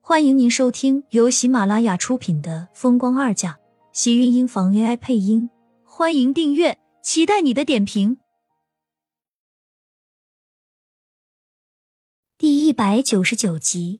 欢迎您收听由喜马拉雅出品的《风光二嫁》，喜运音房 AI 配音。欢迎订阅，期待你的点评。第199集。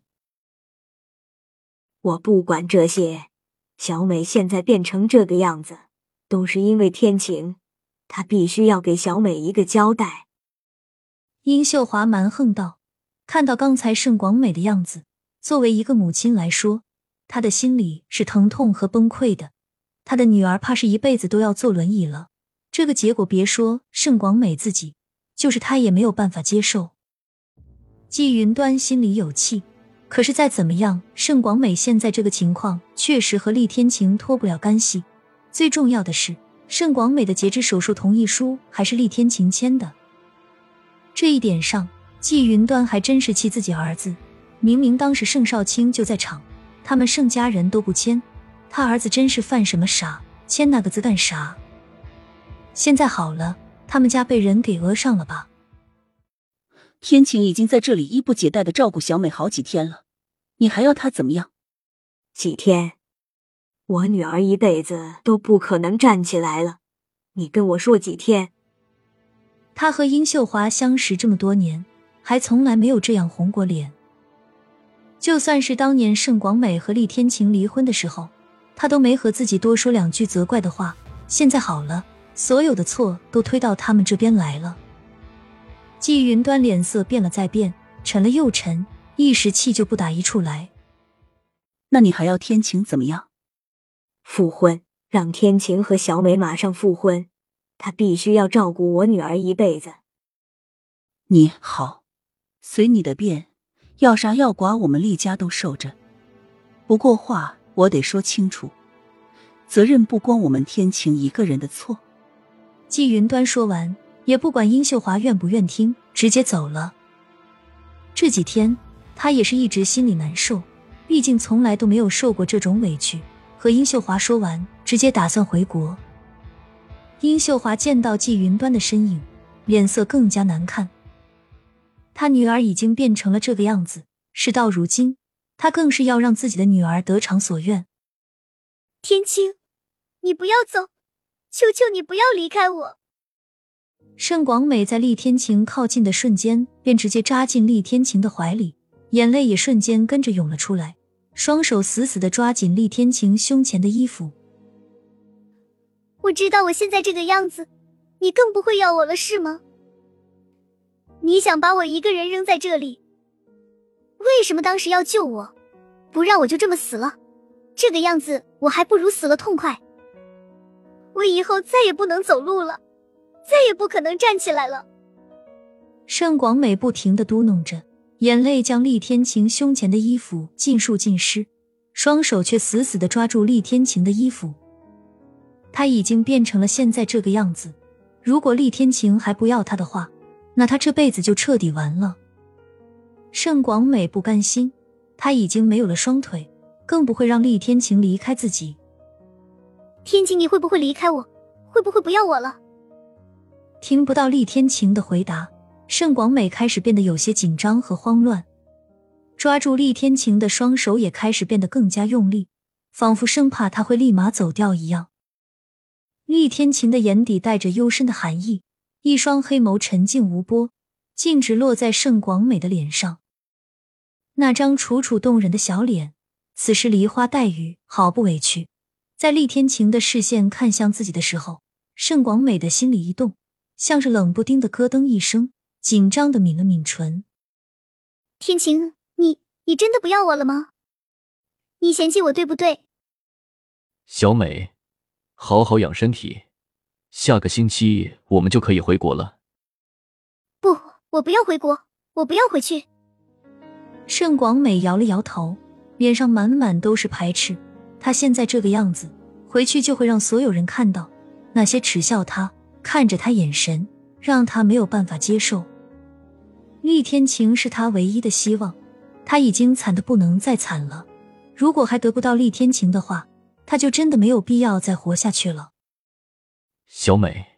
我不管这些，小美现在变成这个样子，都是因为天晴，她必须要给小美一个交代。 殷秀华蛮横道，看到刚才盛广美的样子，作为一个母亲来说，她的心里是疼痛和崩溃的。她的女儿怕是一辈子都要坐轮椅了，这个结果别说盛广美自己，就是她也没有办法接受。季云端心里有气，可是再怎么样，盛广美现在这个情况确实和厉天晴脱不了干系。最重要的是，盛广美的截肢手术同意书还是厉天晴签的。这一点上，季云端还真是气自己儿子。明明当时盛少卿就在场，他们盛家人都不签，他儿子真是犯什么傻，签那个字干啥？现在好了，他们家被人给讹上了吧？ 天晴已经在这里衣不解带的照顾小美好几天了，你还要她怎么样？ 几天？我女儿一辈子都不可能站起来了，你跟我说几天？ 他和殷秀华相识这么多年，还从来没有这样红过脸。就算是当年盛广美和厉天晴离婚的时候，他都没和自己多说两句责怪的话。现在好了，所有的错都推到他们这边来了。季云端脸色变了再变，沉了又沉，一时气就不打一处来。 那你还要天晴怎么样？ 复婚，让天晴和小美马上复婚，她必须要照顾我女儿一辈子。 你好，随你的便，要杀要剐我们厉家都受着。不过话我得说清楚，责任不光我们天晴一个人的错。 季云端说完，也不管殷秀华愿不愿听，直接走了。这几天他也是一直心里难受，毕竟从来都没有受过这种委屈。和殷秀华说完，直接打算回国。殷秀华见到季云端的身影，脸色更加难看。他女儿已经变成了这个样子，事到如今，他更是要让自己的女儿得偿所愿。 天晴，你不要走，求求你不要离开我。 盛广美在厉天晴靠近的瞬间，便直接扎进厉天晴的怀里，眼泪也瞬间跟着涌了出来，双手死死地抓紧厉天晴胸前的衣服。 我知道我现在这个样子，你更不会要我了是吗？你想把我一个人扔在这里，为什么当时要救我，不让我就这么死了？这个样子我还不如死了痛快。我以后再也不能走路了，再也不可能站起来了。 盛广美不停地嘟哝着，眼泪将厉天晴胸前的衣服尽数浸湿，双手却死死地抓住厉天晴的衣服。他已经变成了现在这个样子，如果厉天晴还不要他的话，那他这辈子就彻底完了。盛广美不甘心，他已经没有了双腿，更不会让厉天晴离开自己。 天晴，你会不会离开我？会不会不要我了？ 听不到厉天晴的回答，盛广美开始变得有些紧张和慌乱，抓住厉天晴的双手也开始变得更加用力，仿佛生怕他会立马走掉一样。厉天晴的眼底带着幽深的寒意，一双黑眸沉静无波，径直落在盛广美的脸上。那张楚楚动人的小脸，此时梨花带雨，毫不委屈。在厉天晴的视线看向自己的时候，盛广美的心里一动，像是冷不丁的咯噔一声，紧张地抿了抿唇。 天晴，你真的不要我了吗？你嫌弃我对不对？ 小美，好好养身体，下个星期我们就可以回国了。 不，我不要回国，我不要回去。 盛广美摇了摇头，脸上满满都是排斥。她现在这个样子，回去就会让所有人看到，那些耻笑她、看着她眼神，让她没有办法接受。厉天晴是她唯一的希望，她已经惨得不能再惨了。如果还得不到厉天晴的话，她就真的没有必要再活下去了。 小美，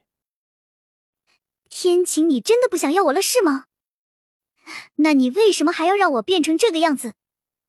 天晴，你真的不想要我了是吗？那你为什么还要让我变成这个样子？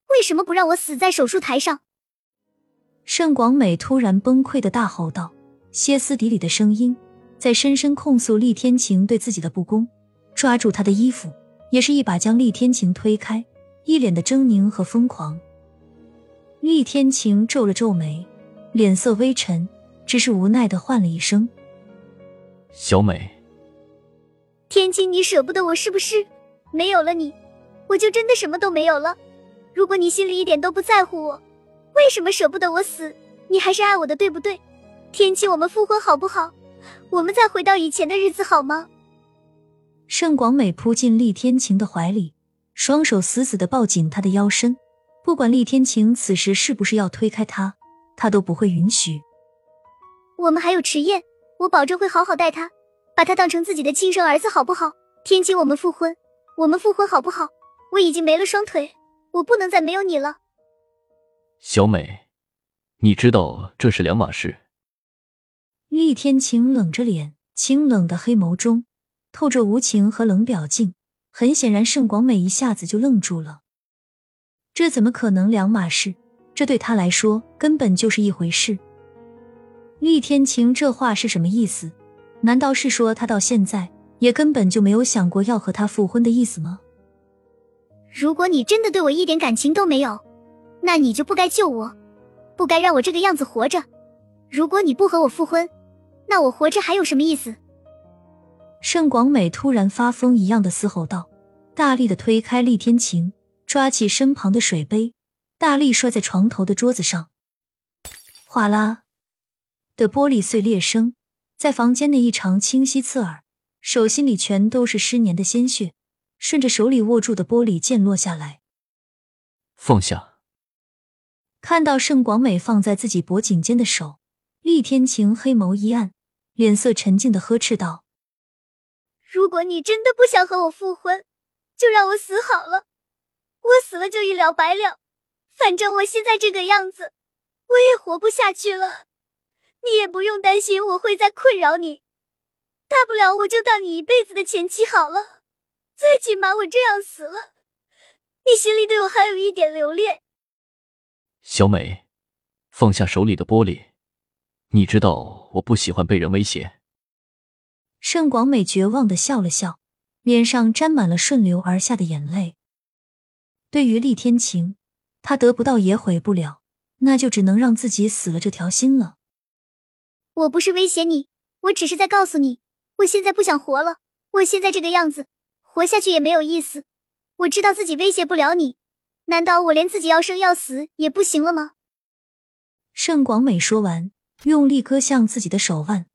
为什么不让我死在手术台上？ 盛广美突然崩溃的大吼道，歇斯底里的声音在深深控诉厉天晴对自己的不公，抓住他的衣服，也是一把将厉天晴推开，一脸的狰狞和疯狂。厉天晴皱了皱眉，脸色微沉，只是无奈地唤了一声： 小美。 天晴，你舍不得我是不是？没有了你，我就真的什么都没有了。如果你心里一点都不在乎我，为什么舍不得我死？你还是爱我的，对不对？天晴，我们复婚好不好？我们再回到以前的日子好吗？ 盛广美扑进厉天晴的怀里，双手死死地抱紧他的腰身，不管厉天晴此时是不是要推开他，他都不会允许。 我们还有迟燕，我保证会好好待他，把他当成自己的亲生儿子好不好？天晴，我们复婚，我们复婚好不好？我已经没了双腿，我不能再没有你了。 小美，你知道这是两码事。 厉天晴冷着脸，清冷的黑眸中透着无情和冷表情，很显然盛广美一下子就愣住了。这怎么可能两码事？这对他来说根本就是一回事。厉天晴这话是什么意思？难道是说他到现在也根本就没有想过要和他复婚的意思吗？ 如果你真的对我一点感情都没有，那你就不该救我，不该让我这个样子活着。如果你不和我复婚，那我活着还有什么意思？ 盛广美突然发疯一样的嘶吼道，大力的推开厉天晴，抓起身旁的水杯，大力摔在床头的桌子上。哗啦的玻璃碎裂声在房间内异常清晰刺耳，手心里全都是湿黏的鲜血，顺着手里握住的玻璃溅落下来。 放下。 看到盛广美放在自己脖颈间的手，厉天晴黑眸一暗，脸色沉静地呵斥道： 如果你真的不想和我复婚，就让我死好了，我死了就一了百了，反正我现在这个样子，我也活不下去了。你也不用担心我会再困扰你，大不了我就当你一辈子的前妻好了，最起码我这样死了，你心里对我还有一点留恋。 小美，放下手里的玻璃，你知道我不喜欢被人威胁。 盛广美绝望地笑了笑，脸上沾满了顺流而下的眼泪。对于厉天晴，他得不到也毁不了，那就只能让自己死了这条心了。 我不是威胁你，我只是在告诉你，我现在不想活了，我现在这个样子，活下去也没有意思。我知道自己威胁不了你，难道我连自己要生要死也不行了吗？ 盛广美说完，用力割向自己的手腕。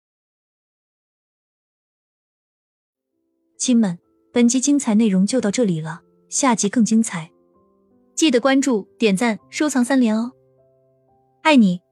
亲们，本集精彩内容就到这里了，下集更精彩，记得关注、点赞、收藏3连哦！爱你。